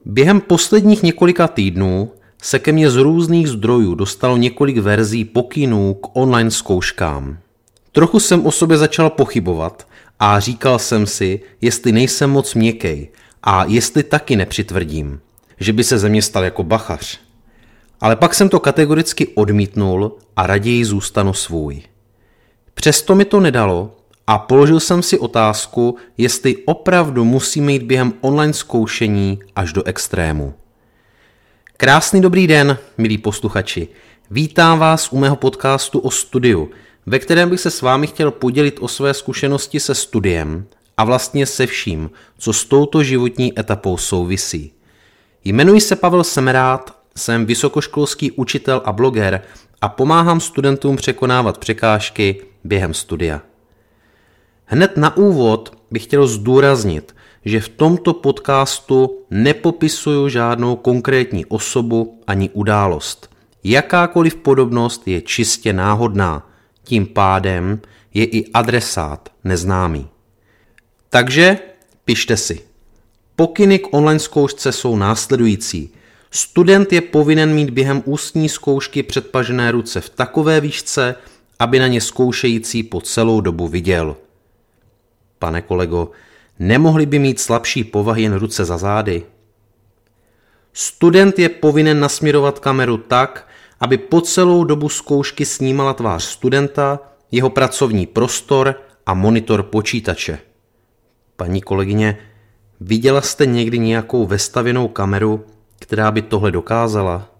Během posledních několika týdnů se ke mně z různých zdrojů dostalo několik verzí pokynů k online zkouškám. Trochu jsem o sobě začal pochybovat a říkal jsem si, jestli nejsem moc měkkej a jestli taky nepřitvrdím, že by se ze mě stal jako bachař. Ale pak jsem to kategoricky odmítnul a raději zůstanu svůj. Přesto mi to nedalo a položil jsem si otázku, jestli opravdu musíme jít během online zkoušení až do extrému. Krásný dobrý den, milí posluchači. Vítám vás u mého podcastu o studiu, ve kterém bych se s vámi chtěl podělit o své zkušenosti se studiem a vlastně se vším, co s touto životní etapou souvisí. Jmenuji se Pavel Semerád, jsem vysokoškolský učitel a bloger a pomáhám studentům překonávat překážky během studia. Hned na úvod bych chtěl zdůraznit, že v tomto podcastu nepopisuju žádnou konkrétní osobu ani událost. Jakákoliv podobnost je čistě náhodná, tím pádem je i adresát neznámý. Takže pište si. Pokyny k online zkoušce jsou následující. Student je povinen mít během ústní zkoušky předpažené ruce v takové výšce, aby na ně zkoušející po celou dobu viděl. Pane kolego, nemohli by mít slabší povahy jen ruce za zády? Student je povinen nasměrovat kameru tak, aby po celou dobu zkoušky snímala tvář studenta, jeho pracovní prostor a monitor počítače. Paní kolegyně, viděla jste někdy nějakou vestavěnou kameru, která by tohle dokázala?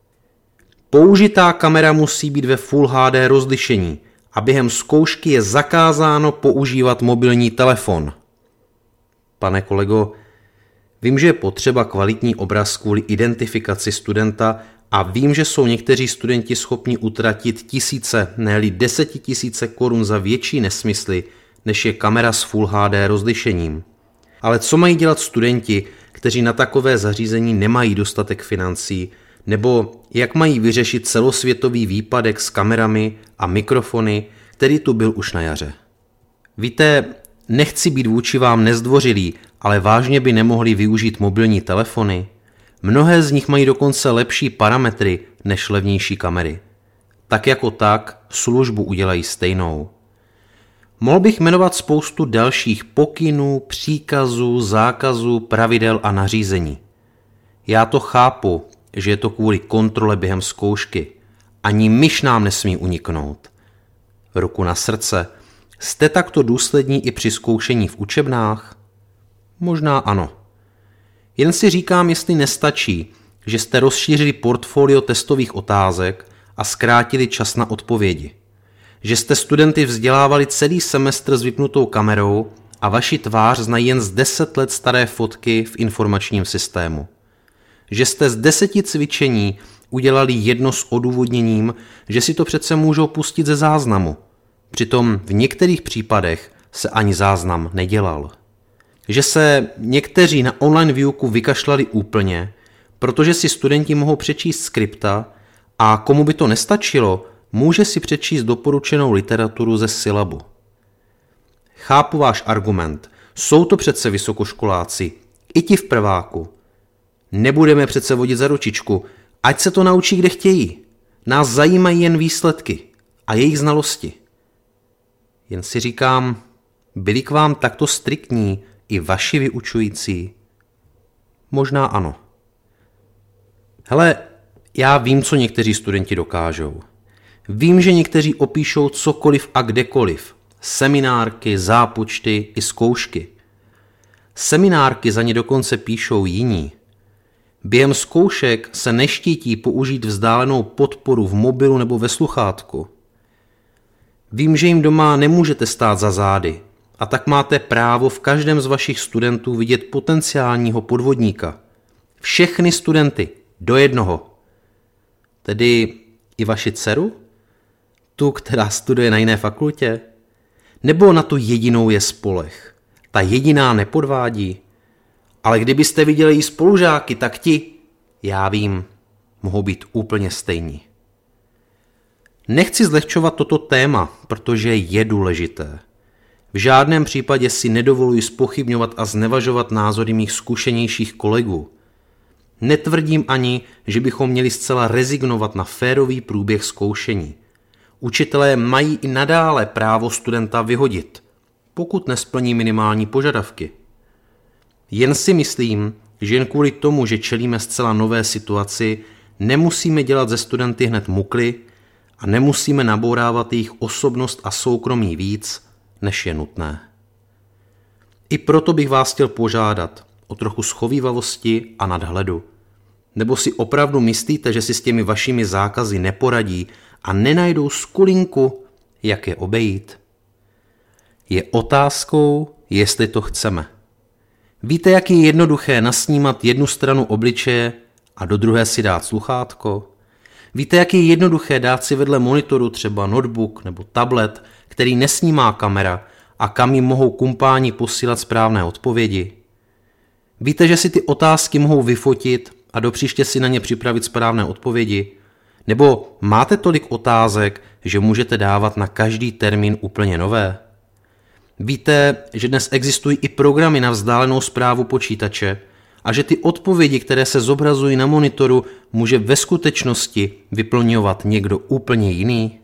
Použitá kamera musí být ve Full HD rozlišení a během zkoušky je zakázáno používat mobilní telefon. Pane kolego, vím, že je potřeba kvalitní obraz kvůli identifikaci studenta a vím, že jsou někteří studenti schopni utratit tisíce, ne-li 10 000 korun za větší nesmysly, než je kamera s Full HD rozlišením. Ale co mají dělat studenti, kteří na takové zařízení nemají dostatek financí, nebo jak mají vyřešit celosvětový výpadek s kamerami a mikrofony, který tu byl už na jaře? Víte, nechci být vůči vám nezdvořilý, ale vážně by nemohli využít mobilní telefony. Mnohé z nich mají dokonce lepší parametry než levnější kamery. Tak jako tak službu udělají stejnou. Mohl bych jmenovat spoustu dalších pokynů, příkazů, zákazů, pravidel a nařízení. Já to chápu, že je to kvůli kontrole během zkoušky. Ani myš nám nesmí uniknout. Ruku na srdce, jste takto důslední i při zkoušení v učebnách? Možná ano. Jen si říkám, jestli nestačí, že jste rozšířili portfolio testových otázek a zkrátili čas na odpovědi. Že jste studenty vzdělávali celý semestr s vypnutou kamerou a vaši tvář znají jen z 10 let staré fotky v informačním systému. Že jste z 10 cvičení udělali jedno s odůvodněním, že si to přece můžou pustit ze záznamu. Přitom v některých případech se ani záznam nedělal. Že se někteří na online výuku vykašlali úplně, protože si studenti mohou přečíst skripta a komu by to nestačilo, může si přečíst doporučenou literaturu ze syllabu. Chápu váš argument, jsou to přece vysokoškoláci, i ti v prváku. Nebudeme přece vodit za ručičku, ať se to naučí, kde chtějí. Nás zajímají jen výsledky a jejich znalosti. Jen si říkám, byli k vám takto striktní i vaši vyučující? Možná ano. Hele, já vím, co někteří studenti dokážou. Vím, že někteří opíšou cokoliv a kdekoliv. Seminárky, zápočty i zkoušky. Seminárky za ně dokonce píšou jiní. Během zkoušek se neštítí použít vzdálenou podporu v mobilu nebo ve sluchátku. Vím, že jim doma nemůžete stát za zády a tak máte právo v každém z vašich studentů vidět potenciálního podvodníka. Všechny studenty, do jednoho. Tedy i vaši dceru? Tu, která studuje na jiné fakultě? Nebo na tu jedinou je spoleh? Ta jediná nepodvádí? Ale kdybyste viděli její spolužáky, tak ti, já vím, mohou být úplně stejní. Nechci zlehčovat toto téma, protože je důležité. V žádném případě si nedovoluji zpochybňovat a znevažovat názory mých zkušenějších kolegů. Netvrdím ani, že bychom měli zcela rezignovat na férový průběh zkoušení. Učitelé mají i nadále právo studenta vyhodit, pokud nesplní minimální požadavky. Jen si myslím, že jen kvůli tomu, že čelíme zcela nové situaci, nemusíme dělat ze studenty hned mukly a nemusíme nabourávat jejich osobnost a soukromí víc, než je nutné. I proto bych vás chtěl požádat o trochu schovívavosti a nadhledu. Nebo si opravdu myslíte, že si s těmi vašimi zákazy neporadí a nenajdou skulinku, jak je obejít? Je otázkou, jestli to chceme. Víte, jak je jednoduché nasnímat jednu stranu obličeje a do druhé si dát sluchátko? Víte, jak je jednoduché dát si vedle monitoru třeba notebook nebo tablet, který nesnímá kamera a kam jim mohou kumpáni posílat správné odpovědi? Víte, že si ty otázky mohou vyfotit a do příště si na ně připravit správné odpovědi? Nebo máte tolik otázek, že můžete dávat na každý termín úplně nové? Víte, že dnes existují i programy na vzdálenou správu počítače a že ty odpovědi, které se zobrazují na monitoru, může ve skutečnosti vyplňovat někdo úplně jiný?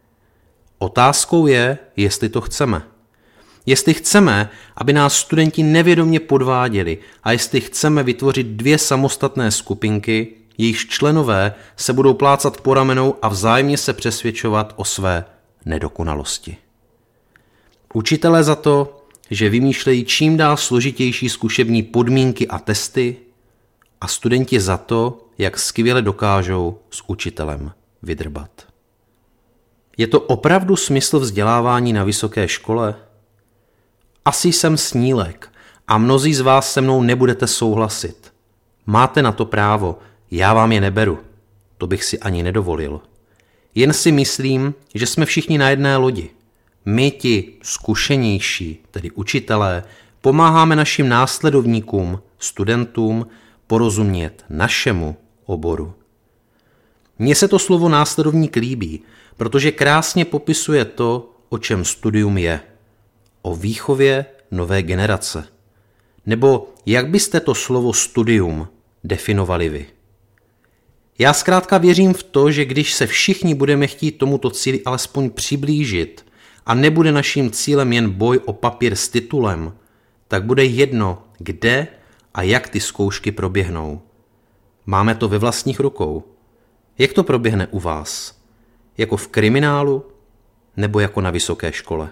Otázkou je, jestli to chceme. Jestli chceme, aby nás studenti nevědomě podváděli a jestli chceme vytvořit 2 samostatné skupinky, jejichž členové se budou plácat po ramenou a vzájemně se přesvědčovat o své nedokonalosti. Učitelé za to, že vymýšlejí čím dál složitější zkušební podmínky a testy, a studenti za to, jak skvěle dokážou s učitelem vydrbat. Je to opravdu smysl vzdělávání na vysoké škole? Asi jsem snílek a mnozí z vás se mnou nebudete souhlasit. Máte na to právo, já vám je neberu. To bych si ani nedovolil. Jen si myslím, že jsme všichni na jedné lodi. My ti zkušenější, tedy učitelé, pomáháme našim následovníkům, studentům, porozumět našemu oboru. Mně se to slovo následovník líbí, protože krásně popisuje to, o čem studium je. O výchově nové generace. Nebo jak byste to slovo studium definovali vy? Já zkrátka věřím v to, že když se všichni budeme chtít tomuto cíli alespoň přiblížit a nebude naším cílem jen boj o papír s titulem, tak bude jedno, kde a jak ty zkoušky proběhnou. Máme to ve vlastních rukou. Jak to proběhne u vás? Jako v kriminálu nebo jako na vysoké škole?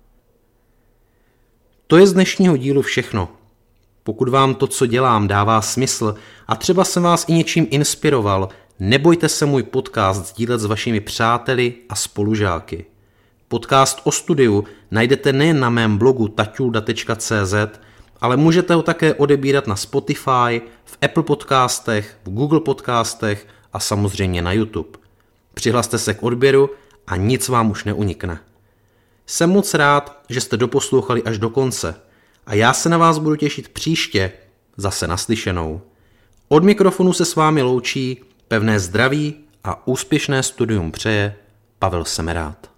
To je z dnešního dílu všechno. Pokud vám to, co dělám, dává smysl a třeba jsem vás i něčím inspiroval, nebojte se můj podcast sdílet s vašimi přáteli a spolužáky. Podcast o studiu najdete nejen na mém blogu taťulda.cz, ale můžete ho také odebírat na Spotify, v Apple podcastech, v Google podcastech a samozřejmě na YouTube. Přihlaste se k odběru a nic vám už neunikne. Jsem moc rád, že jste doposlouchali až do konce a já se na vás budu těšit příště, zase naslyšenou. Od mikrofonu se s vámi loučí, pevné zdraví a úspěšné studium přeje Pavel Semerád.